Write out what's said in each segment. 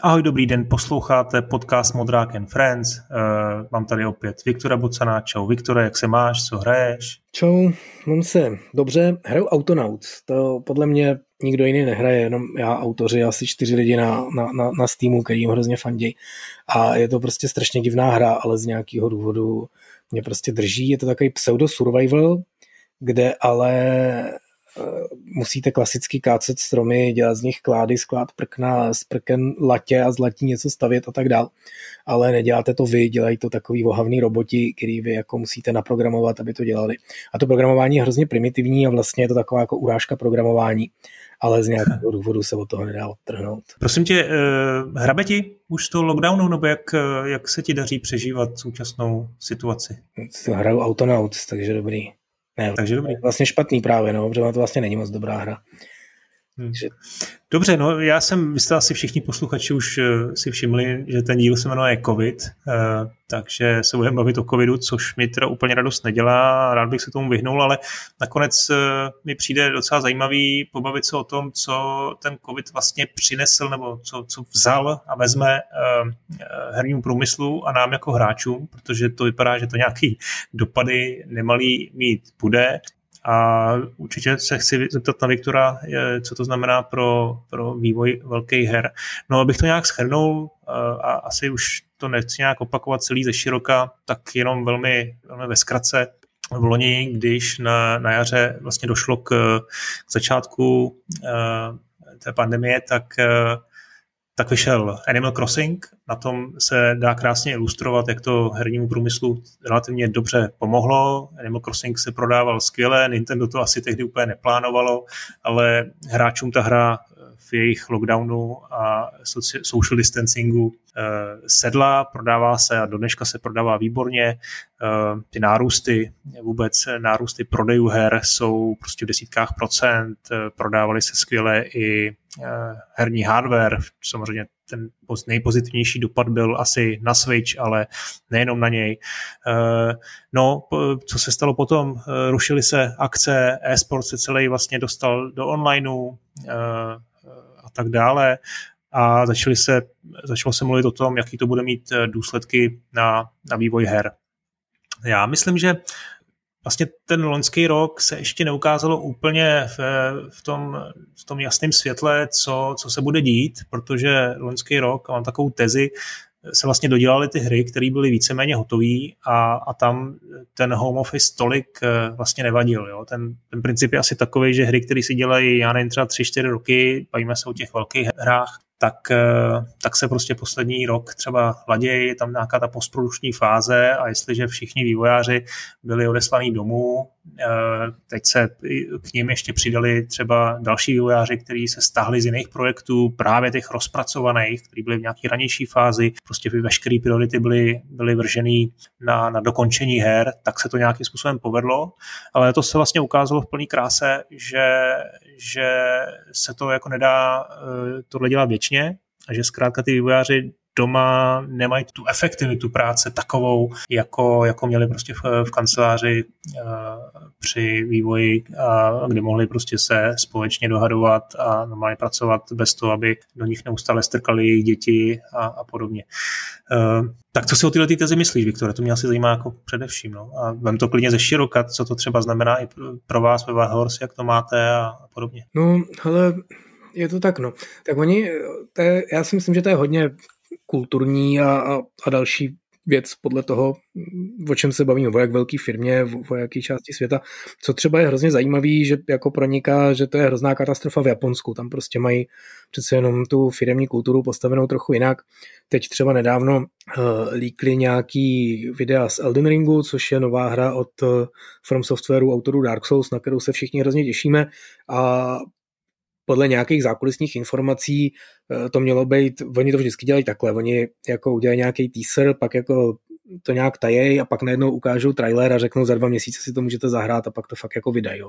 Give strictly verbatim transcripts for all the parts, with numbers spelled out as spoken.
Ahoj, dobrý den, posloucháte podcast Modrák and Friends. Uh, mám tady opět Viktora Bocana. Čau Viktore, jak se máš, co hraješ? Čau, mám se dobře, hraju Autonauts. To podle mě nikdo jiný nehraje, jenom já, autoři, asi čtyři lidi na, na, na, na Steamu, který jim hrozně fandí. A je to prostě strašně divná hra, ale z nějakého důvodu mě prostě drží. Je to takový pseudo-survival, kde ale musíte klasicky kácet stromy, dělat z nich klády, sklad prkna, z prken latě a z latí něco stavět a tak dál. Ale neděláte to vy, dělají to takový ohavný roboti, který vy jako musíte naprogramovat, aby to dělali. A to programování je hrozně primitivní a vlastně je to taková jako urážka programování, ale z nějakého důvodu se od toho nedá odtrhnout. Prosím tě, hrabe ti už to lockdownu, nebo jak, jak se ti daří přežívat současnou situaci? Hraju Autonauts, takže dobrý. Ne, takže dobrý. Vlastně špatný právě, no, protože to vlastně není moc dobrá hra. Hmm. Dobře, no já jsem, vy jste asi všichni posluchači už uh, si všimli, že ten díl se jmenuje COVID, uh, takže se budeme bavit o covidu, což mi teda úplně radost nedělá, rád bych se tomu vyhnul, ale nakonec uh, mi přijde docela zajímavý pobavit se o tom, co ten covid vlastně přinesl, nebo co, co vzal a vezme uh, hernímu průmyslu a nám jako hráčům, protože to vypadá, že to nějaký dopady nemalý mít bude. A určitě se chci zeptat na Viktora, co to znamená pro, pro vývoj velkých her. No, abych to nějak shrnul a asi už to nechci nějak opakovat celý ze široka, tak jenom velmi, velmi ve zkratce. V loni, když na, na jaře vlastně došlo k, k začátku uh, té pandemie, tak uh, tak vyšel Animal Crossing, na tom se dá krásně ilustrovat, jak to hernímu průmyslu relativně dobře pomohlo. Animal Crossing se prodával skvěle, Nintendo to asi tehdy úplně neplánovalo, ale hráčům ta hra v jejich lockdownu a social distancingu sedla, prodává se a do dneška se prodává výborně. Ty nárůsty, vůbec nárůsty prodejů her jsou prostě v desítkách procent, prodávaly se skvěle i herní hardware, samozřejmě ten nejpozitivnější dopad byl asi na Switch, ale nejenom na něj. No, co se stalo potom? Rušily se akce, e-sport se celý vlastně dostal do onlineu a tak dále a začali se, začalo se mluvit o tom, jaký to bude mít důsledky na, na vývoj her. Já myslím, že vlastně ten loňský rok se ještě neukázalo úplně v, v, tom, v tom jasném světle, co, co se bude dít, protože loňský rok, a mám takovou tezi, se vlastně dodělaly ty hry, které byly víceméně hotové a, a tam ten home office tolik vlastně nevadil. Jo. Ten, ten princip je asi takový, že hry, které si dělají, já nevím, třeba tři čtyři roky, bavíme se o těch velkých hrách, tak, tak se prostě poslední rok třeba ladějí, je tam nějaká ta postprodukční fáze a jestliže všichni vývojáři byli odeslaní domů, teď se k nim ještě přidali třeba další vývojáři, kteří se stáhli z jiných projektů, právě těch rozpracovaných, kteří byli v nějaké ranější fázi, prostě veškeré priority byly, byly vržený na, na dokončení her, tak se to nějakým způsobem povedlo, ale to se vlastně ukázalo v plný kráse, že, že se to jako nedá tohle dělat věčně a že zkrátka ty vývojáři doma nemají tu efektivitu práce takovou, jako, jako měli prostě v, v kanceláři uh, při vývoji, uh, kde mohli prostě se společně dohadovat a normálně pracovat bez toho, aby do nich neustále strkali jejich děti a, a podobně. Uh, tak co si o tyhle ty tezi myslíš, Viktore? To mě asi zajímá jako především. No? A vem to klidně ze široka, co to třeba znamená i pro vás ve Warhorse, jak to máte a, a podobně. No, hele, je to tak, no. Tak oni, to je, já si myslím, že to je hodně kulturní a, a, a další věc podle toho, o čem se bavíme, o jak velký firmě, o, o jaký části světa. Co třeba je hrozně zajímavý, že jako proniká, že to je hrozná katastrofa v Japonsku. Tam prostě mají přece jenom tu firemní kulturu postavenou trochu jinak. Teď třeba nedávno uh, líkly nějaký videa z Elden Ringu, což je nová hra od uh, From Softwareu, autorů Dark Souls, na kterou se všichni hrozně těšíme a podle nějakých zákulisních informací to mělo být, oni to vždycky dělají takhle, oni jako udělají nějaký teaser, pak jako to nějak tajej a pak najednou ukážou trailer a řeknou za dva měsíce si to můžete zahrát a pak to fakt jako vydají.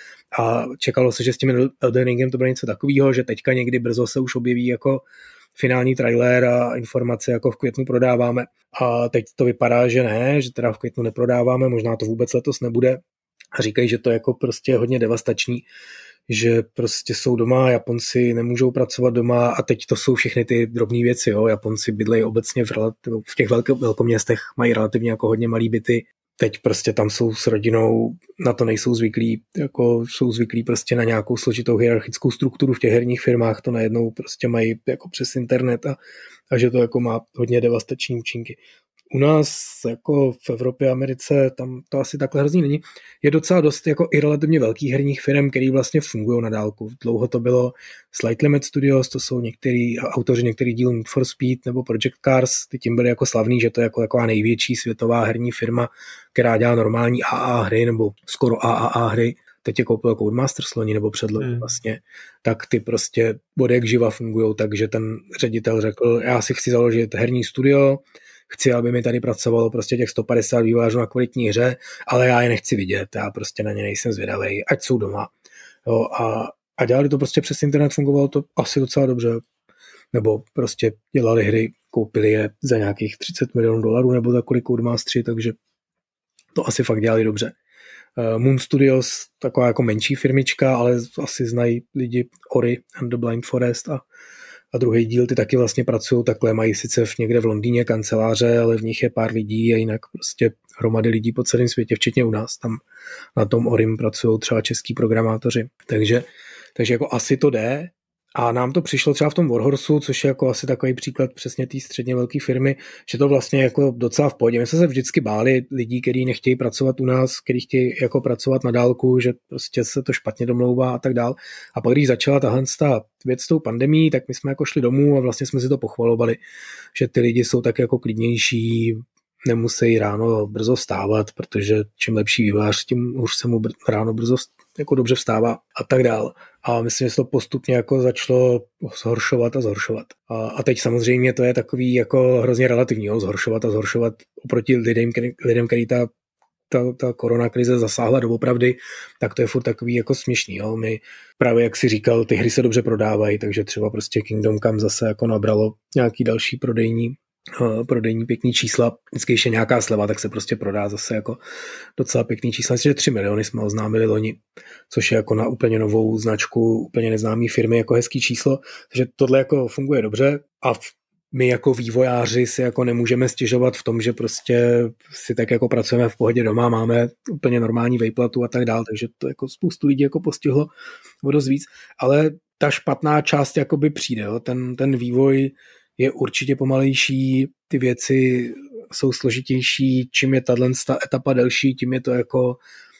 A čekalo se, že s tím Elden Ringem to bylo něco takového, že teďka někdy brzo se už objeví jako finální trailer a informace jako v květnu prodáváme. A teď to vypadá, že ne, že teda v květnu neprodáváme, možná to vůbec letos nebude. A říkají, že to je jako prostě hodně devastační, že prostě jsou doma, Japonci nemůžou pracovat doma a teď to jsou všechny ty drobné věci, jo. Japonci bydlejí obecně v, relativ- v těch velk- velkoměstech, mají relativně jako hodně malý byty. Teď prostě tam jsou s rodinou, na to nejsou zvyklí, jako jsou zvyklí prostě na nějakou složitou hierarchickou strukturu v těch herních firmách, to najednou prostě mají jako přes internet a, a že to jako má hodně devastační účinky. U nás jako v Evropě, Americe, tam to asi takhle hrozný není. Je docela dost jako i relativně velkých herních firm, které vlastně fungují na dálku. Dlouho to bylo Slight Limit Studios, to jsou některý autoři některých dílů Need for Speed nebo Project Cars, ty tím byly jako slavný, že to je jako taková největší světová herní firma, která dělá normální A A hry nebo skoro A A A hry. Teď je koupil Codemasters loni nebo předloni hmm. vlastně, tak ty prostě od jak živa fungujou, takže ten ředitel řekl, já si chci založit herní studio, chci, aby mi tady pracovalo prostě těch sto padesát vývojářů na kvalitní hře, ale já je nechci vidět, já prostě na ně nejsem zvědavej, ať jsou doma. Jo, a, a dělali to prostě přes internet, fungovalo to asi docela dobře. Nebo prostě dělali hry, koupili je za nějakých třicet milionů dolarů nebo za kolik Codemasters, takže to asi fakt dělali dobře. Uh, Moon Studios, taková jako menší firmička, ale asi znají lidi Ori and the Blind Forest a A druhý díl, ty taky vlastně pracují takhle, mají sice v někde v Londýně kanceláře, ale v nich je pár lidí a jinak prostě hromady lidí po celém světě, včetně u nás. Tam na tom Orim pracují třeba český programátoři. Takže, takže jako asi to jde. A nám to přišlo třeba v tom Warhorsu, což je jako asi takový příklad přesně té středně velké firmy, že to vlastně jako docela v pohodě. My jsme se vždycky báli lidí, kteří nechtějí pracovat u nás, kteří chtějí jako pracovat na dálku, že prostě se to špatně domlouvá a tak dál. A pak když začala tahle ta věc s tou pandemií, tak my jsme jako šli domů a vlastně jsme si to pochvalovali, že ty lidi jsou tak jako klidnější, nemusí ráno brzo vstávat, protože čím lepší vývojář, tím už se mu ráno brzo jako dobře vstává a tak dál. A myslím, že se to postupně jako začalo zhoršovat a zhoršovat. A, a teď samozřejmě to je takový jako hrozně relativní, jo, zhoršovat a zhoršovat oproti lidem, který, lidem, který ta, ta, ta koronakrize zasáhla doopravdy, tak to je furt takový jako směšný. Jo. My právě, jak si říkal, ty hry se dobře prodávají, takže třeba prostě Kingdom Come zase jako nabralo nějaký další prodejní prodejní pěkný čísla, vždycky ještě nějaká sleva, tak se prostě prodá zase jako docela pěkný čísla. Myslím, že tři miliony jsme oznámili loni, což je jako na úplně novou značku, úplně neznámý firmy jako hezký číslo, takže tohle jako funguje dobře a my jako vývojáři si jako nemůžeme stěžovat v tom, že prostě si tak jako pracujeme v pohodě doma, máme úplně normální vejplatu a tak dál, takže to jako spoustu lidí jako postihlo o dost víc, ale ta špatná část jakoby přijde, jo. Ten, ten vývoj je určitě pomalejší, ty věci jsou složitější, čím je tato etapa delší, tím je to jako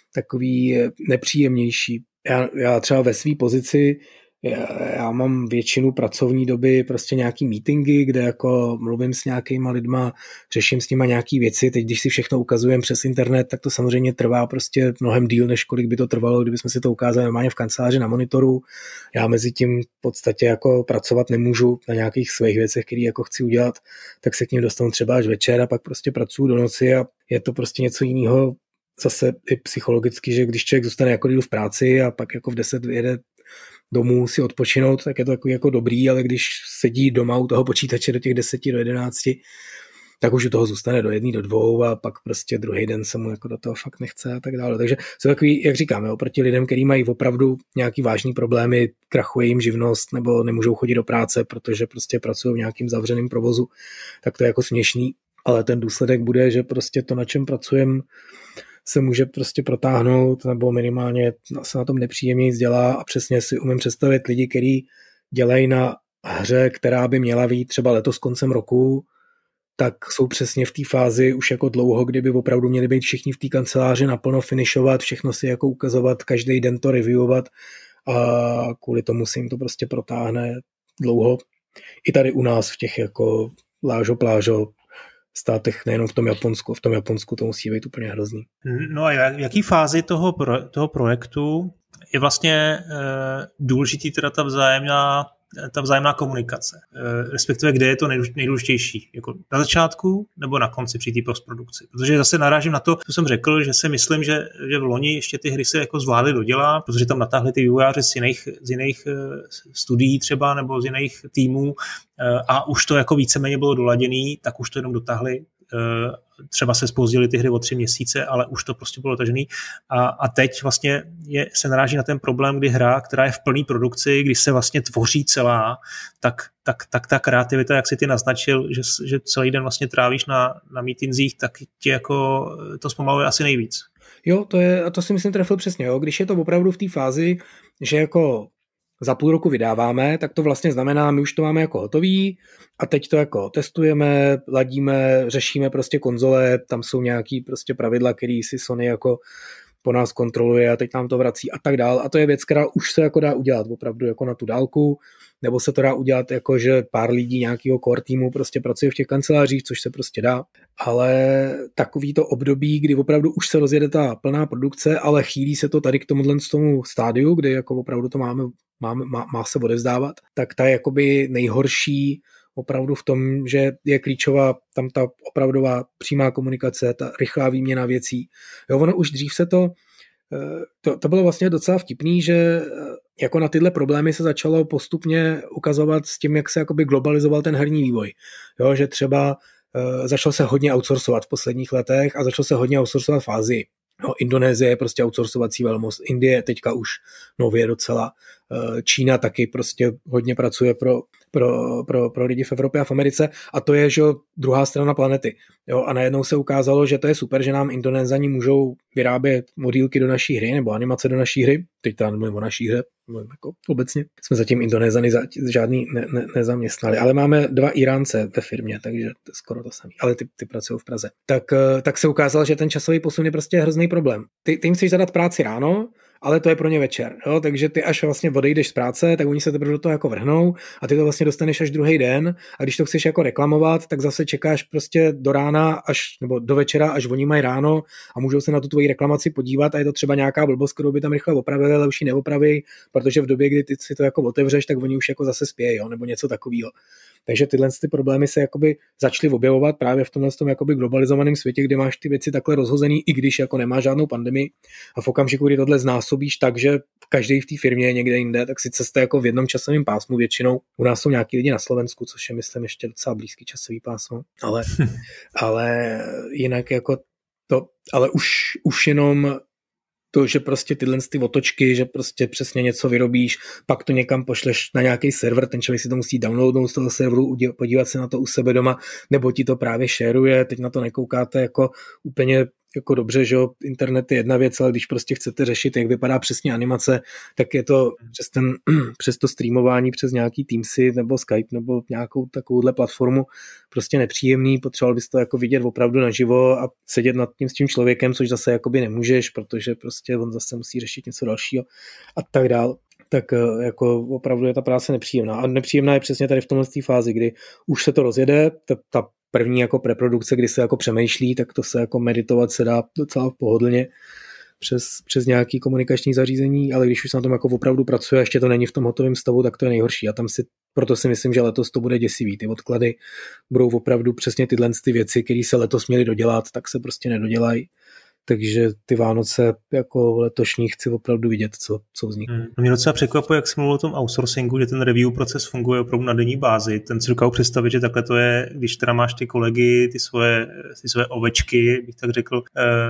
takový nepříjemnější. Já, já třeba ve své pozici, já, já mám většinu pracovní doby prostě nějaký meetingy, kde jako mluvím s nějakýma lidma, řeším s nima nějaký věci, teď když si všechno ukazujeme přes internet, tak to samozřejmě trvá prostě mnohem díl, než kolik by to trvalo, kdybychom si to ukázali normálně v kanceláři na monitoru. Já mezi tím v podstatě jako pracovat nemůžu na nějakých svých věcech, které jako chci udělat, tak se k ním dostanu třeba až večer a pak prostě pracuju do noci a je to prostě něco jiného zase i psychologicky, že když člověk zůstane jako díl v práci a pak jako v deset jede domů si odpočinout, tak je to takový jako dobrý, ale když sedí doma u toho počítače do těch deseti, do jedenácti, tak už u toho zůstane do jedné, do dvou a pak prostě druhý den se mu jako do toho fakt nechce a tak dále. Takže jsou takový, jak říkáme, oproti lidem, kteří mají opravdu nějaký vážný problémy, krachuje jim živnost nebo nemůžou chodit do práce, protože prostě pracují v nějakým zavřeném provozu, tak to je jako směšný, ale ten důsledek bude, že prostě to, na čem pracujeme, se může prostě protáhnout nebo minimálně se na tom nepříjemně dělá a přesně si umím představit lidi, kteří dělají na hře, která by měla vyjít třeba letos koncem roku, tak jsou přesně v té fázi už jako dlouho, kdyby opravdu měli být všichni v té kanceláři naplno finišovat, všechno si jako ukazovat, každý den to reviewovat a kvůli tomu se jim to prostě protáhne dlouho. I tady u nás v těch jako lážo plážo státech, nejenom v tom Japonsku, v tom Japonsku to musí být úplně hrozný. No a v jaký fázi toho, pro, toho projektu je vlastně e, důležitý teda ta vzájemná, ta vzájemná komunikace? E, respektive, kde je to nejdůležitější? Jako na začátku nebo na konci při té postprodukci? Protože zase narážím na to, co jsem řekl, že si myslím, že, že v loni ještě ty hry se jako zvládly dodělat, protože tam natáhli ty vývojáři z jiných, z jiných studií třeba nebo z jiných týmů a už to jako víceméně bylo doladěný, tak už to jenom dotáhli třeba se zpozdily ty hry o tři měsíce, ale už to prostě bylo dotažený. A, a teď vlastně je, se naráží na ten problém, kdy hra, která je v plné produkci, kdy se vlastně tvoří celá, tak, tak, tak ta kreativita, jak si ty naznačil, že, že celý den vlastně trávíš na, na meetingsích, tak ti jako to zpomaluje asi nejvíc. Jo, to je, a to si myslím trefil přesně, jo. Když je to opravdu v té fázi, že jako za půl roku vydáváme, tak to vlastně znamená, my už to máme jako hotový a teď to jako testujeme, ladíme, řešíme prostě konzole, tam jsou nějaký prostě pravidla, který si Sony jako po nás kontroluje a teď nám to vrací a tak dál. A to je věc, která už se jako dá udělat opravdu jako na tu dálku, nebo se to dá udělat jako, že pár lidí nějakého core týmu prostě pracuje v těch kancelářích, což se prostě dá. Ale takový to období, kdy opravdu už se rozjede ta plná produkce, ale chýlí se to tady k tomuhle tomu stádiu, kdy jako opravdu to máme, máme má, má se odevzdávat, tak ta je jakoby nejhorší opravdu v tom, že je klíčová tam ta opravdová přímá komunikace, ta rychlá výměna věcí. Jo, ono už dřív se to, to, to bylo vlastně docela vtipný, že jako na tyhle problémy se začalo postupně ukazovat s tím, jak se jakoby globalizoval ten herní vývoj. Jo, že třeba uh, začal se hodně outsourcovat v posledních letech a začal se hodně outsourcovat v Asii. No, Indonésie je prostě outsourcovací velmoc, Indie teďka už nově docela, Čína taky prostě hodně pracuje pro, pro, pro, pro lidi v Evropě a v Americe a to je, že druhá strana planety. Jo, a najednou se ukázalo, že to je super, že nám Indonézani můžou vyrábět modílky do naší hry nebo animace do naší hry, teď teda nemluvím o naší hře, mluvím jako obecně, jsme zatím Indonézany za, žádný ne, ne, nezaměstnali, ale máme dva Iránce ve firmě, takže to je skoro to samé, ale ty, ty pracují v Praze. Tak, tak se ukázalo, že ten časový posun je prostě hrozný problém. Ty, ty jim chceš zadat práci ráno, ale to je pro ně večer, jo? Takže ty až vlastně odejdeš z práce, tak oni se teprve do toho jako vrhnou a ty to vlastně dostaneš až druhý den a když to chceš jako reklamovat, tak zase čekáš prostě do rána až, nebo do večera, až oni mají ráno a můžou se na tu tvoji reklamaci podívat a je to třeba nějaká blbost, kterou by tam rychle opravili, ale už ji neopraví, protože v době, kdy ty si to jako otevřeš, tak oni už jako zase spějí, jo? Nebo něco takového. Takže tyhle ty problémy se jakoby začaly objevovat právě v tomhle tom jakoby globalizovaném světě, kde máš ty věci takhle rozhozený, i když jako nemá žádnou pandemii a v okamžiku, kdy tohle znásobíš tak, že každý v té firmě je někde jinde, tak sice jste jako v jednom časovém pásmu většinou. U nás jsou nějaký lidi na Slovensku, což je myslím ještě docela blízký časový pásmo, ale, ale jinak jako to, ale už, už jenom to, že prostě tyhle ty otočky, že prostě přesně něco vyrobíš, pak to někam pošleš na nějaký server, ten člověk si to musí downloadnout z toho serveru, podívat se na to u sebe doma, nebo ti to právě šeruje, teď na to nekoukáte jako úplně jako dobře, že jo, internet je jedna věc, ale když prostě chcete řešit, jak vypadá přesně animace, tak je to přes, ten, přes to streamování přes nějaký Teamsy nebo Skype nebo nějakou takovouhle platformu prostě nepříjemný, potřeboval bys to jako vidět opravdu naživo a sedět nad tím s tím člověkem, což zase jakoby nemůžeš, protože prostě on zase musí řešit něco dalšího a tak dál. Tak jako opravdu je ta práce nepříjemná. A nepříjemná je přesně tady v tomhle fázi, kdy už se to rozjede, ta, ta první jako preprodukce, kdy se jako přemýšlí, tak to se jako meditovat se dá docela pohodlně přes, přes nějaký komunikační zařízení, ale když už se na tom jako opravdu pracuje a ještě to není v tom hotovém stavu, tak to je nejhorší. A tam si, proto si myslím, že letos to bude děsivý. Ty odklady budou opravdu přesně tyhle ty věci, které se letos měly dodělat, tak se prostě nedodělají. Takže ty Vánoce jako letošní chci opravdu vidět, co, co vznikne. Hmm. Mě docela překvapuje, jak jsi mluvil o tom outsourcingu, že ten review proces funguje opravdu na denní bázi. Ten si dokážu představit, že takhle to je, když teda máš ty kolegy, ty svoje, ty svoje ovečky, bych tak řekl,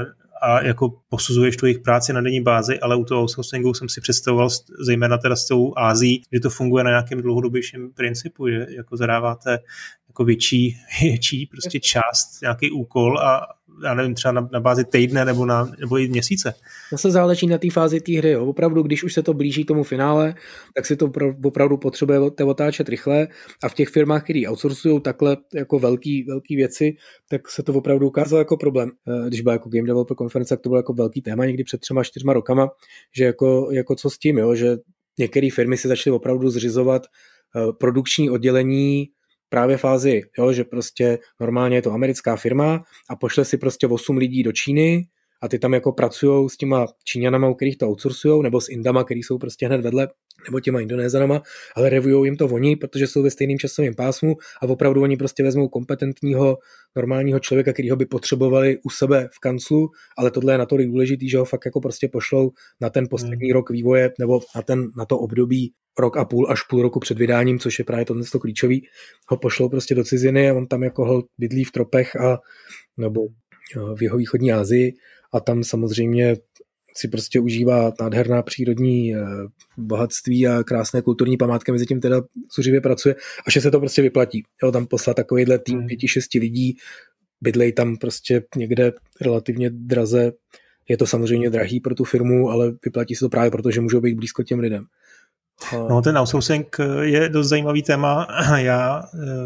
a jako posuzuješ tu jejich práci na denní bázi, ale u toho outsourcingu jsem si představoval, zejména teda s tou Ázií, že to funguje na nějakém dlouhodobějším principu, že jako zadáváte jako větší, větší prostě část, nějaký úkol a já nevím, třeba na, na bázi týdne nebo, na, nebo i měsíce. Zase záleží na té fázi té hry. Jo. Opravdu, když už se to blíží tomu finále, tak si to opravdu potřebujete otáčet rychle a v těch firmách, které outsourcují takhle jako velký, velký věci, tak se to opravdu ukázalo jako problém. Když byla jako Game Developer konference, tak to bylo jako velký téma někdy před třema, čtyřma rokama, že jako, jako co s tím, jo? Že některé firmy si začaly opravdu zřizovat produkční oddělení právě fázi, jo, že prostě normálně je to americká firma a pošle si prostě osm lidí do Číny a ty tam jako pracujou s těma Číňanama, u kterých to outsourcujou, nebo s Indama, který jsou prostě hned vedle, nebo těma Indonézanama, ale reviewujou jim to oni, protože jsou ve stejném časovém pásmu a opravdu oni prostě vezmou kompetentního, normálního člověka, kterýho by potřebovali u sebe v kanclu, ale tohle je natolik důležitý, že ho fakt jako prostě pošlou na ten poslední hmm. rok vývoje, nebo na, ten, na to období rok a půl až půl roku před vydáním, což je právě tohle to klíčový, ho pošlou prostě do ciziny a on tam jako ho bydlí v tropech a nebo v jeho východní Asii a tam samozřejmě si prostě užívá nádherná přírodní bohatství a krásné kulturní památky, mezi tím teda zuřivě pracuje a že se to prostě vyplatí. Jo, tam poslat takovýhle tým pěti, šesti lidí, bydlej tam prostě někde relativně draze. Je to samozřejmě drahý pro tu firmu, ale vyplatí se to právě proto, že můžou být blízko těm lidem. No, ten outsourcing je dost zajímavý téma. Já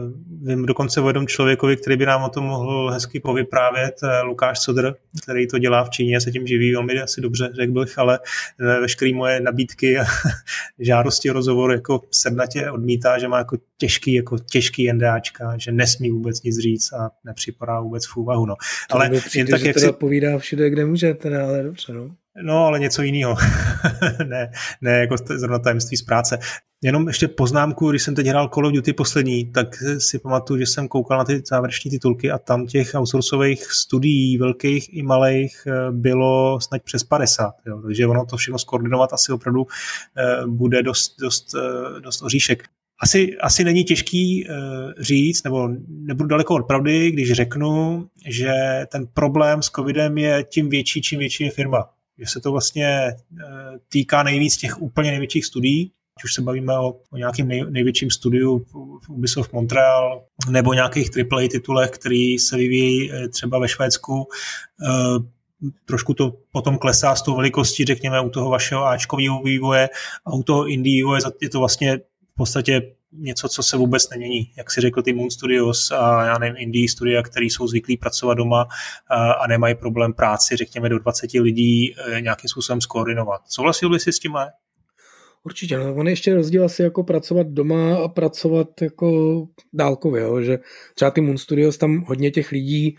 vím dokonce o jednom člověkovi, který by nám o tom mohl hezky povyprávět, Lukáš Codr, který to dělá v Číně, se tím živí velmi asi dobře, řekl bych, ale veškeré moje nabídky a žádosti o rozhovor jako sednatě odmítá, že má jako těžký, jako těžký NDAčka, že nesmí vůbec nic říct a nepřipadá vůbec v úvahu. No. Ale jen tak, jak si povídá všude, kde může, teda, ale dobře, no. No, ale něco jiného. ne, ne jako zrovna tajemství z práce. Jenom ještě poznámku, když jsem teď hrál Call of Duty poslední, tak si pamatuju, že jsem koukal na ty závěreční titulky a tam těch outsourcových studií, velkých i malých, bylo snad přes padesát. Jo. Takže ono to všechno skoordinovat asi opravdu bude dost, dost, dost oříšek. Asi, asi není těžký uh, říct, nebo nebudu daleko od pravdy, když řeknu, že ten problém s covidem je tím větší, čím větší je firma. Že se to vlastně uh, týká nejvíc těch úplně největších studií, ať už se bavíme o, o nějakým nej, největším studiu v Ubisoft Montreal, nebo nějakých triple A titulech, který se vyvíjí třeba ve Švédsku. Uh, trošku to potom klesá s tou velikostí, řekněme, u toho vašeho áčkového vývoje a u toho indie vývoje je to vlastně v podstatě něco, co se vůbec nemění. Jak si řekl, ty Moon Studios a já nevím, indie studia, který jsou zvyklí pracovat doma a, a nemají problém práci, řekněme, do dvacet lidí nějakým způsobem skoordinovat. Souhlasil bys si s tím? Určitě, no, on ještě rozdíl asi jako pracovat doma a pracovat jako dálkově, jo, že třeba ty Moon Studios, tam hodně těch lidí,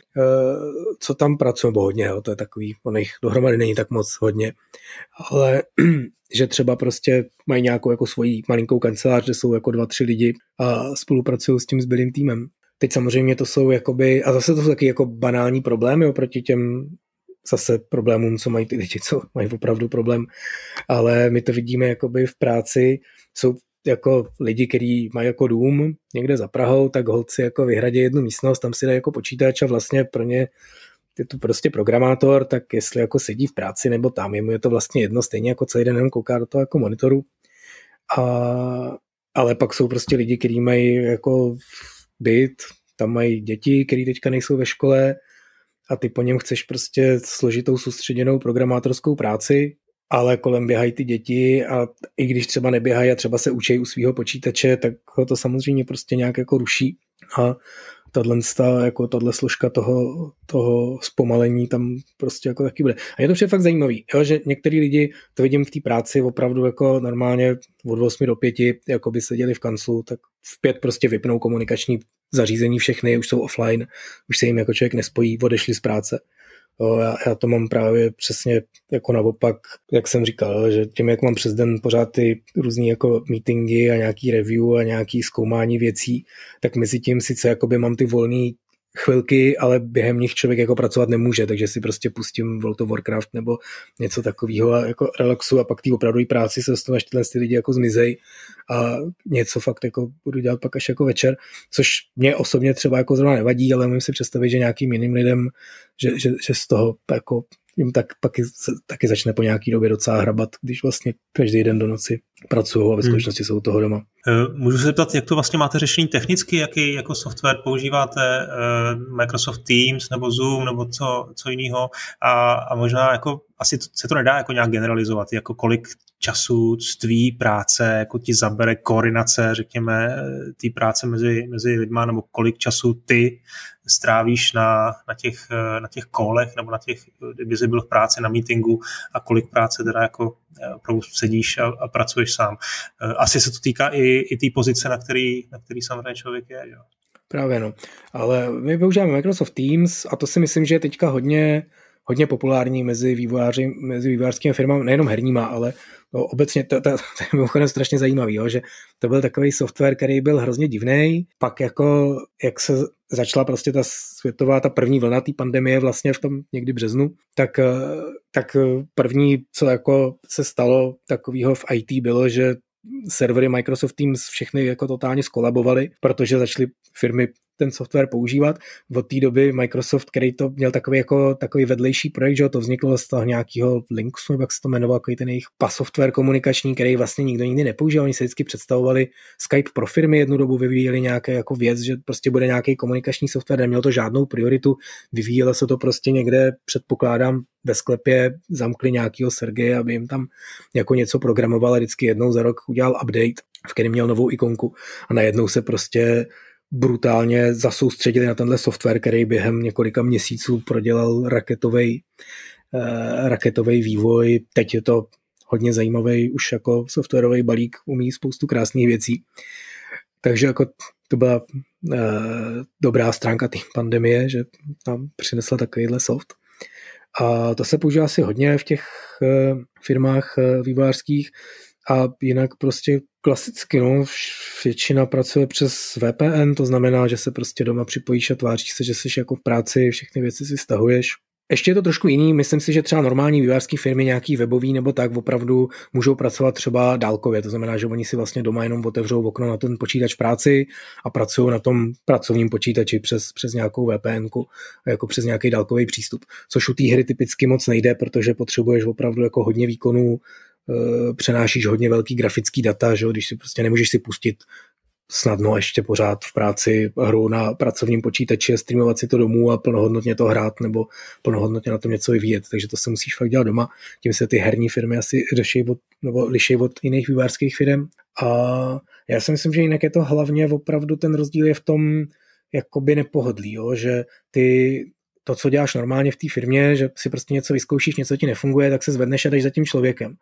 co tam pracují, nebo hodně, jo, to je takový, on jich dohromady není tak moc hodně, ale že třeba prostě mají nějakou jako svoji malinkou kancelář, že jsou jako dva, tři lidi a spolupracují s tím zbylým týmem. Teď samozřejmě to jsou jakoby, a zase to jsou taky jako banální problémy oproti těm zase problémům, co mají ty lidi, co mají opravdu problém, ale my to vidíme jakoby v práci, jsou jako lidi, kteří mají jako dům někde za Prahou, tak holci jako vyhradí jednu místnost, tam si dají jako počítač a vlastně pro ně je to prostě programátor, tak jestli jako sedí v práci nebo tam, jemu je to vlastně jedno, stejně jako celý den jenom kouká do toho jako monitoru. A, ale pak jsou prostě lidi, kteří mají jako byt, tam mají děti, kteří teďka nejsou ve škole a ty po něm chceš prostě složitou soustředěnou programátorskou práci, ale kolem běhají ty děti a i když třeba neběhají a třeba se učí u svého počítače, tak ho to samozřejmě prostě nějak jako ruší a tato, jako tato složka toho, toho zpomalení tam prostě jako taky bude. A je to vše fakt zajímavý, jo, že některý lidi, to vidím v té práci opravdu jako normálně od osmi do pěti, jako by seděli v kanclu, tak v pět prostě vypnou komunikační zařízení všechny, už jsou offline, už se jim jako člověk nespojí, odešli z práce. Jo, já, já to mám právě přesně jako naopak, jak jsem říkal, že tím, jak mám přes den pořád ty různý jako meetingy a nějaký review a nějaký zkoumání věcí, tak mezi tím sice jakoby mám ty volný chvilky, ale během nich člověk jako pracovat nemůže, takže si prostě pustím World of Warcraft nebo něco takového a jako relaxu a pak ty opravdový práci se dostanu, až tyhle ty lidi jako zmizej a něco fakt jako budu dělat pak až jako večer, což mě osobně třeba jako zrovna nevadí, ale můžu si představit, že nějakým jiným lidem, že, že, že z toho jako jim tak pak taky začne po nějaký době docela hrabat, když vlastně každý den do noci pracují a ve skutečnosti hmm. jsou toho doma. Můžu se zeptat, jak to vlastně máte řešení technicky, jaký jako software používáte, Microsoft Teams nebo Zoom nebo co, co jiného a, a možná jako asi to, se to nedá jako nějak generalizovat, jako kolik času z tvý práce jako ti zabere koordinace, řekněme, té práce mezi, mezi lidma, nebo kolik času ty strávíš na, na těch, na těch kolech, nebo na těch, kdyby jsi byl v práci na meetingu a kolik práce teda jako opravdu sedíš a, a pracuješ sám. Asi se to týká i, i té pozice, na který, na který samozřejmě člověk je. Jo. Právě no, ale my používáme Microsoft Teams a to si myslím, že je teďka hodně hodně populární mezi vývojáři, mezi vývojářskými firmami, nejenom herníma, ale no, obecně to, to, to je mimochodem strašně zajímavý, jo, že to byl takový software, který byl hrozně divnej, pak jako, jak se začala prostě ta světová, ta první vlna té pandemie vlastně v tom někdy březnu, tak, tak první, co jako se stalo takového v í té bylo, že servery Microsoft Teams všechny jako totálně skolabovaly, protože začaly firmy ten software používat. Od té doby Microsoft, který to měl takový jako takový vedlejší projekt, že to vzniklo z toho nějakého Linksu, jak se to jmenoval, takový ten jejich pas software komunikační, který vlastně nikdo nikdy nepoužíval. Oni se vždycky představovali Skype pro firmy, jednu dobu vyvíjeli nějaké jako věc, že prostě bude nějaký komunikační software, nemělo to žádnou prioritu, vyvíjelo se to prostě někde, předpokládám, ve sklepě zamkli nějakého Sergeje, aby jim tam jako něco programoval a vždycky jednou za rok udělal update, v kterém měl novou ikonku a najednou se prostě brutálně zasoustředili na tenhle software, který během několika měsíců prodělal raketový eh, raketový vývoj. Teď je to hodně zajímavý, už jako softwarový balík, umí spoustu krásných věcí. Takže jako to byla eh, dobrá stránka té pandemie, že nám přinesla takovýhle soft. A to se používá asi hodně v těch eh, firmách eh, vývojářských a jinak prostě klasicky, no, většina pracuje přes V P N, to znamená, že se prostě doma připojíš a tváříš se, že jsi jako v práci, všechny věci si stahuješ. Ještě je to trošku jiný, myslím si, že třeba normální vývojářské firmy, nějaký webový nebo tak, opravdu můžou pracovat třeba dálkově, to znamená, že oni si vlastně doma jenom otevřou okno na ten počítač práci a pracují na tom pracovním počítači přes, přes nějakou V P N-ku, jako přes nějaký dálkový přístup, což u té hry typicky moc nejde, protože potřebuješ opravdu jako hodně výkonů, přenášíš hodně velký grafický data, že? Když si prostě nemůžeš si pustit snadno ještě pořád v práci hru na pracovním počítači, streamovat si to domů a plnohodnotně to hrát nebo plnohodnotně na tom něco vyvíjet, takže to se musíš fakt dělat doma. Tím se ty herní firmy asi řeší od, nebo liší od jiných vývojářských firm. A já si myslím, že jinak je to hlavně opravdu ten rozdíl je v tom jakoby nepohodlí, jo? Že ty to, co děláš normálně v té firmě, že si prostě něco vyzkoušíš, něco ti nefunguje, tak se zvedneš a jdeš za tím člověkem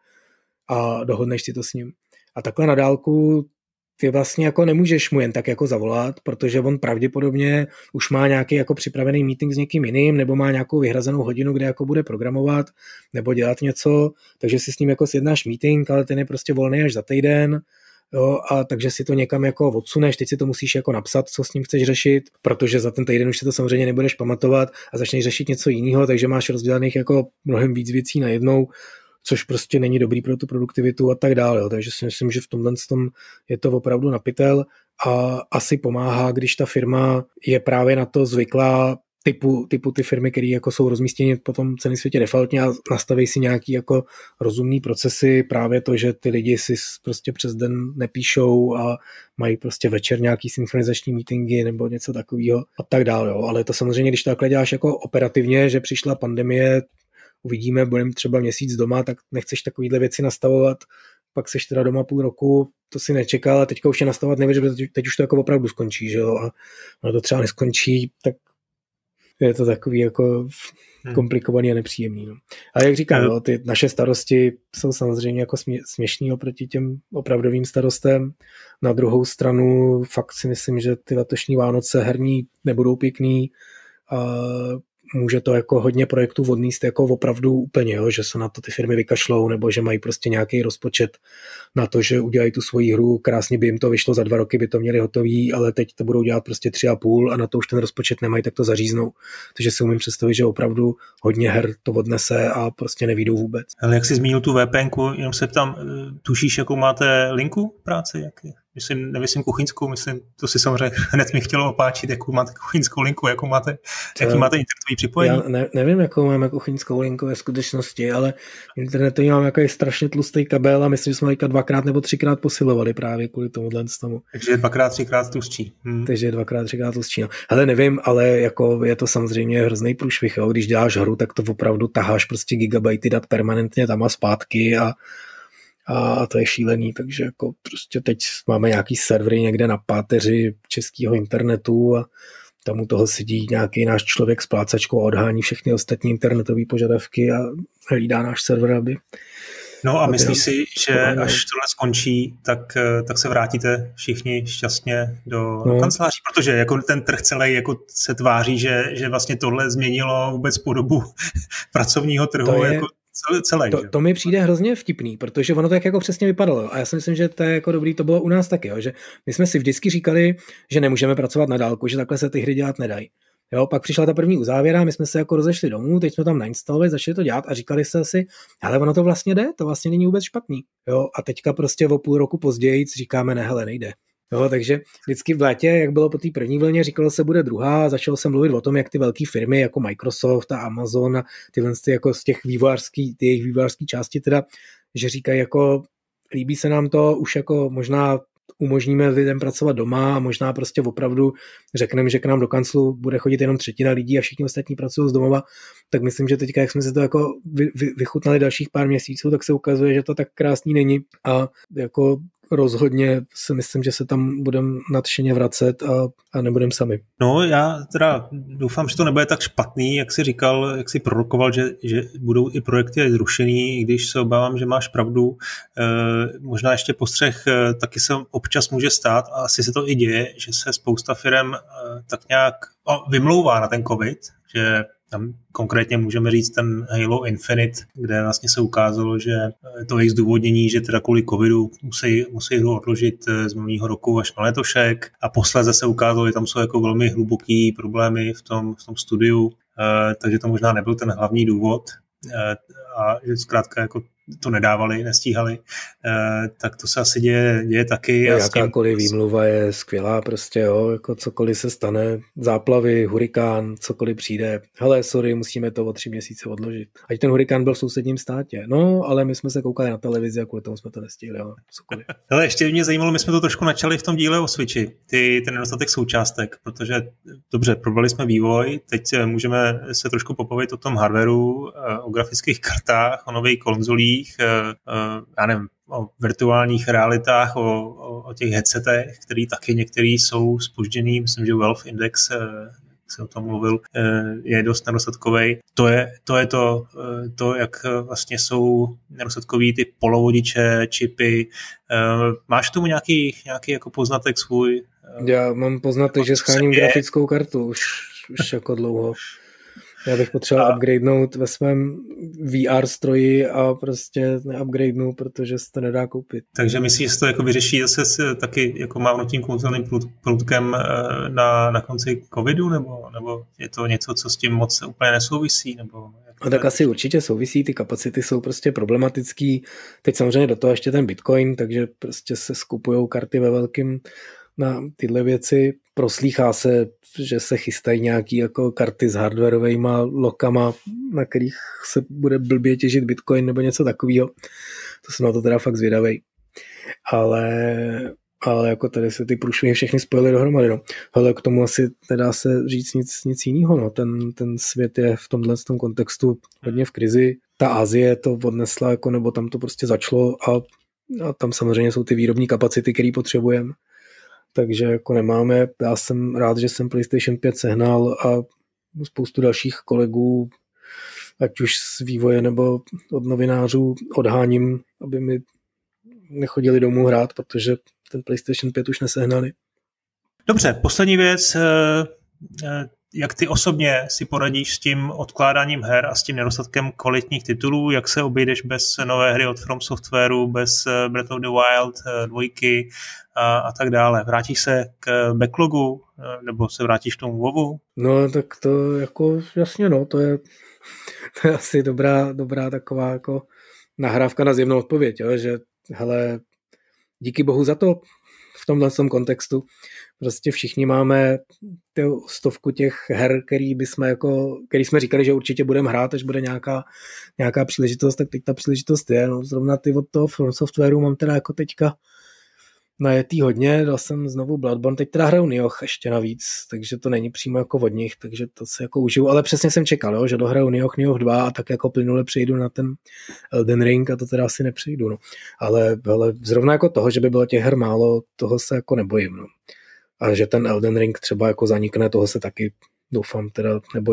a dohodneš si to s ním. A takhle na dálku ty vlastně jako nemůžeš mu jen tak jako zavolat, protože on pravděpodobně už má nějaký jako připravený meeting s někým jiným, nebo má nějakou vyhrazenou hodinu, kde jako bude programovat, nebo dělat něco, takže si s ním jako sjednáš meeting, ale ten je prostě volný až za týden, jo, a takže si to někam jako odsuneš, teď si to musíš jako napsat, co s ním chceš řešit, protože za ten týden už si to samozřejmě nebudeš pamatovat a začneš řešit něco jiného, takže máš rozdělaných jako mnohem víc věcí najednou, což prostě není dobrý pro tu produktivitu a tak dále. Takže si myslím, že v tomhle tom je to opravdu na pytel a asi pomáhá, když ta firma je právě na to zvyklá typu, typu ty firmy, které jako jsou rozmístěny po tom celém světě defaultně a nastaví si nějaký jako rozumný procesy, právě to, že ty lidi si prostě přes den nepíšou a mají prostě večer nějaký synchronizační meetingy nebo něco takového a tak dále. Jo. Ale to samozřejmě, když takhle děláš jako operativně, že přišla pandemie, uvidíme, budeme třeba měsíc doma, tak nechceš takovýhle věci nastavovat, pak seš teda doma půl roku, to si nečekal a teďka už je nastavovat nevíš, protože teď už to jako opravdu skončí, že jo, a no to třeba neskončí, tak je to takový jako komplikovaný a nepříjemný. No. A jak říkám, no, ty naše starosti jsou samozřejmě jako smě, směšný oproti těm opravdovým starostem. Na druhou stranu fakt si myslím, že ty letošní Vánoce herní nebudou pěkný a může to jako hodně projektů odníst jako opravdu úplně, jo, že se na to ty firmy vykašlou, nebo že mají prostě nějaký rozpočet na to, že udělají tu svoji hru, krásně by jim to vyšlo, za dva roky by to měli hotový, ale teď to budou dělat prostě tři a půl a na to už ten rozpočet nemají, tak to zaříznou. Takže si umím představit, že opravdu hodně her to odnese a prostě nevídou vůbec. Ale jak jsi zmínil tu V P N ku, jenom se ptám, tušíš, jakou máte linku práci? Jak je? Myslím, nemyslím kuchyňskou, myslím, to si samozřejmě hned mi chtělo opáčit, jakou máte kuchyňskou linku, jakou máte, jaký máte internetový připojení. Já ne, nevím, jakou máme kuchyňskou linku ve skutečnosti, ale internetový mám jaký strašně tlustý kabel a myslím, že jsme teďka dvakrát nebo třikrát posilovali právě kvůli tomuhle tomu. Takže dvakrát, třikrát tlustší. Hmm. Takže dvakrát, třikrát tlustší. No. Ale nevím, ale jako je to samozřejmě hrozný průšvih, jo. Když děláš hru, tak to opravdu taháš prostě gigabajty dat permanentně tam a zpátky a A to je šílený, takže jako prostě teď máme nějaký servery někde na páteři českého internetu a tam u toho sedí nějaký náš člověk s plácačkou a odhání všechny ostatní internetové požadavky a hlídá náš server, aby, No a myslíš si, že až tohle skončí, tak, tak se vrátíte všichni šťastně do, no. do kanceláří? Protože jako ten trh celý jako se tváří, že, že vlastně tohle změnilo vůbec podobu pracovního trhu. To je, jako celý, celý, to, to mi přijde hrozně vtipný, protože ono tak jako přesně vypadalo. A já si myslím, že to je jako dobrý, to bylo u nás taky, jo, že my jsme si vždycky říkali, že nemůžeme pracovat na dálku, že takhle se ty hry dělat nedají. Jo, pak přišla ta první uzávěra, my jsme se jako rozešli domů, teď jsme tam nainstalovali, začali to dělat a říkali se si, ale ono to vlastně jde, to vlastně není vůbec špatný. Jo, a teďka prostě o půl roku později říkáme, ne, hele, nejde. Jo, takže vždycky v létě, jak bylo po té první vlně, říkalo se, bude druhá, začalo se mluvit o tom, jak ty velké firmy jako Microsoft a Amazon a tyhle jako z těch vývojářský, ty jejich vývojářský části teda, že říkají jako, líbí se nám to, už jako možná umožníme lidem pracovat doma a možná prostě opravdu řekneme, že k nám do kanclu bude chodit jenom třetina lidí a všichni ostatní pracují z domova, tak myslím, že teďka, jak jsme se to jako vy, vy, vychutnali dalších pár měsíců, tak se ukazuje, že to tak krásný není a jako rozhodně si myslím, že se tam budeme nadšeně vracet a, a nebudeme sami. No já teda doufám, že to nebude tak špatný, jak jsi říkal, jak jsi prorokoval, že, že budou i projekty zrušený, i když se obávám, že máš pravdu. E, možná ještě postřeh, e, taky se občas může stát a asi se to i děje, že se spousta firem e, tak nějak o, vymlouvá na ten covid, že tam konkrétně můžeme říct ten Halo Infinite, kde vlastně se ukázalo, že to jejich zdůvodnění, že teda kvůli covidu musí, musí hru odložit z minulého roku až na letošek a posléze se ukázalo, že tam jsou jako velmi hluboký problémy v tom, v tom studiu, takže to možná nebyl ten hlavní důvod a že zkrátka jako to nedávali, nestíhali, eh, tak to se asi děje, děje taky. No, jakákoliv výmluva je skvělá prostě, jo, jako cokoliv se stane, záplavy, hurikán, cokoliv přijde, hele, sorry, musíme to o tři měsíce odložit. Ať ten hurikán byl v sousedním státě, no, ale my jsme se koukali na televizi a kvůli tomu jsme to nestihli, jo, cokoliv. Hele, ještě mě zajímalo, my jsme to trošku načali v tom díle o Switchi, ty, ten nedostatek součástek, protože dobře, probrali jsme vývoj, teď můžeme se trošku popovit o tom hardwareu, o grafických kartách, o nových konzolích, já nevím, o virtuálních realitách, o, o, o těch headsetech, který taky některý jsou zpožděný, myslím, že Valve Index, jak jsem o tom mluvil, je dost nedostatkový. To je to, je to, to, jak vlastně jsou nedostatkový ty polovodiče, čipy. Máš k tomu nějaký, nějaký jako poznatek svůj? Já mám poznatek, že scháním grafickou kartu už, už jako dlouho. Já bych potřeboval a... upgradenout ve svém V R stroji a prostě neupgradenu, protože se to nedá koupit. Takže myslíš, že se to jako vyřeší zase taky jako mávnutím kouzelným průdkem na, na konci covidu, nebo, nebo je to něco, co s tím moc úplně nesouvisí? Nebo a tak asi určitě souvisí, ty kapacity jsou prostě problematický. Teď samozřejmě do toho ještě ten Bitcoin, takže prostě se skupujou karty ve velkým na tyhle věci. Proslýchá se, že se chystají nějaký jako karty s hardwarovejma lokama, na kterých se bude blbě těžit Bitcoin nebo něco takového. To jsem na to teda fakt zvědavej. Ale, ale jako tady se ty průšvihy všechny spojily dohromady. No. Ale k tomu asi nedá se říct nic, nic jiného. No. Ten, ten svět je v tomhle tom kontextu hodně v krizi. Ta Asie to odnesla, jako, nebo tam to prostě začalo a, a tam samozřejmě jsou ty výrobní kapacity, které potřebujeme. Takže jako nemáme. Já jsem rád, že jsem PlayStation pět sehnal a spoustu dalších kolegů, ať už z vývoje nebo od novinářů odháním, aby mi nechodili domů hrát, protože ten PlayStation pět už nesehnali. Dobře, poslední věc. Jak ty osobně si poradíš s tím odkládáním her a s tím nedostatkem kvalitních titulů? Jak se obejdeš bez nové hry od From Softwareu, bez Breath of the Wild dvojky a, a tak dále? Vrátíš se k backlogu nebo se vrátíš k tomu WoWu? No tak to jako jasně no, to je, to je asi dobrá, dobrá taková jako nahrávka na zjevnou odpověď, jo? Že hele, díky bohu za to v tomhle tom kontextu. Prostě všichni máme stovku těch her, který, bychom jako, který jsme říkali, že určitě budeme hrát, až bude nějaká, nějaká příležitost, tak teď ta příležitost je. No, zrovna ty od toho From Softwareu mám teda jako teďka najetý hodně, dal jsem znovu Bloodborne, teď teda hraju Nioh ještě navíc, takže to není přímo jako od nich, takže to se jako užiju, ale přesně jsem čekal, jo, že dohraju Nioh, Nioh dva a tak jako plynule přejdu na ten Elden Ring a to teda asi nepřejdu, no. Ale, ale zrovna jako toho, že by bylo těch her málo, toho se jako nebojím, no. A že ten Elden Ring třeba jako zanikne, toho se taky doufám teda nebojím.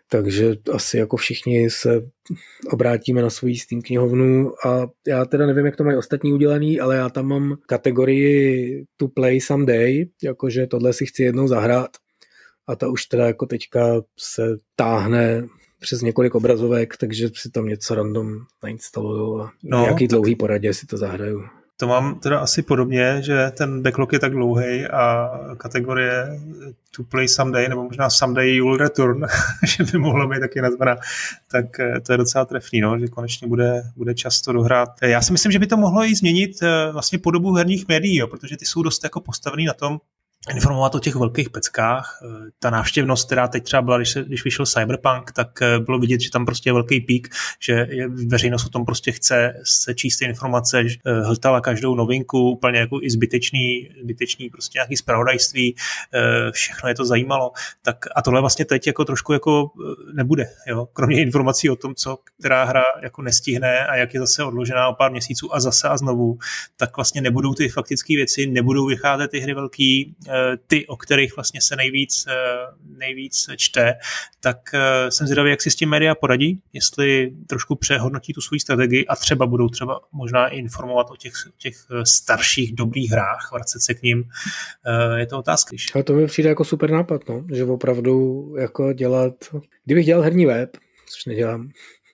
takže asi jako všichni se obrátíme na svou Steam knihovnu a já teda nevím, jak to mají ostatní udělaný, ale já tam mám kategorii to play someday, jakože tohle si chci jednou zahrát a ta už teda jako teďka se táhne přes několik obrazovek, takže si tam něco random nainstaluju a no, nějaký dlouhý poradě si to zahraju. To mám teda asi podobně, že ten backlog je tak dlouhý a kategorie to play someday, nebo možná someday you'll return, že by mohlo být taky nazvaná, tak to je docela trefný, no, že konečně bude, bude často dohrát. Já si myslím, že by to mohlo i změnit vlastně podobu herních médií, jo, protože ty jsou dost jako postavený na tom, informovat o těch velkých peckách. Ta návštěvnost, která teď třeba byla, když, se, když vyšel Cyberpunk, tak bylo vidět, že tam prostě je velký pík, že veřejnost o tom prostě chce se číst informace, hltala každou novinku, úplně jako i zbytečný, zbytečný prostě nějaký zpravodajství, všechno je to zajímalo. Tak a tohle vlastně teď jako trošku jako nebude, jo? Kromě informací o tom, co která hra jako nestihne a jak je zase odložená o pár měsíců a zase a znovu, tak vlastně nebudou ty faktické věci, nebudou vycházet ty hry velký, ty, o kterých vlastně se nejvíc, nejvíc čte, tak jsem zvědavý, jak si s tím média poradí, jestli trošku přehodnotí tu svou strategii a třeba budou třeba možná informovat o těch, těch starších dobrých hrách, vracet se k ním. Je to otázka. Ale to mi přijde jako super nápad, no? Že opravdu jako dělat, kdybych dělal herní web, což nedělám,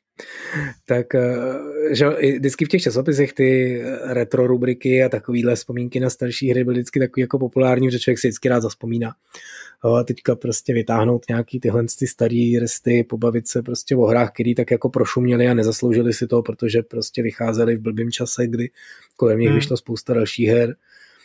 tak že vždycky v těch časopisech ty retro rubriky a takovýhle vzpomínky na starší hry byly vždycky takový jako populární, že člověk si vždycky rád zavzpomíná. A teďka prostě vytáhnout nějaký tyhle ty starý resty, pobavit se prostě o hrách, který tak jako prošuměli a nezasloužili si to, protože prostě vycházeli v blbým čase, kdy kolem nich vyšlo spousta dalších her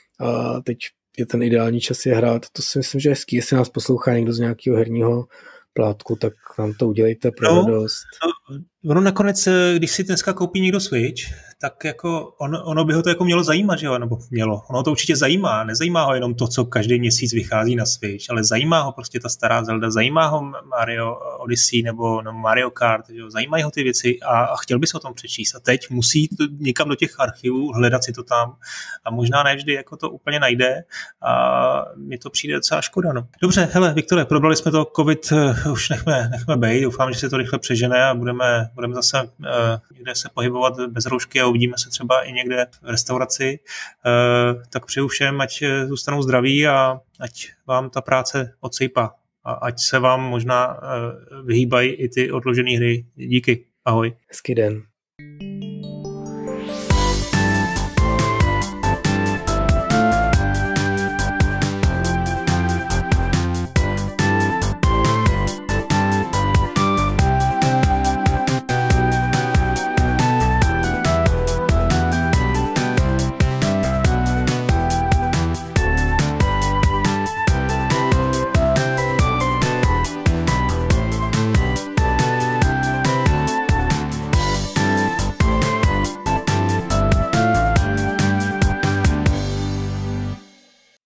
a teď je ten ideální čas je hrát. To si myslím, že je hezký, jestli nás poslouchá někdo z nějakého herního plátku, tak nám to udělejte pro no, radost. No, ono nakonec, když si dneska koupí někdo Switch, tak jako on, ono by ho to jako mělo zajímat, že jo, nebo mělo. Ono to určitě zajímá, nezajímá ho jenom to, co každý měsíc vychází na Switch, ale zajímá ho prostě ta stará Zelda, zajímá ho Mario Odyssey nebo, nebo Mario Kart, že jo, zajímají ho ty věci a, a chtěl by se o tom přečíst. A teď musí to někam do těch archivů, hledat si to tam a možná ne vždy jako to úplně najde a mi to přijde docela škoda. No. Dobře, hele, Viktore, probrali jsme to, covid už nechme, nechme bejt, doufám, že se to rychle přežene a budeme, budeme zase uh, někde se pohybovat bez roušky a uvidíme se třeba i někde v restauraci. Uh, tak přeju všem, ať zůstanou zdraví a ať vám ta práce odsejpá a ať se vám možná uh, vyhýbají i ty odložené hry. Díky, ahoj. Hezký den.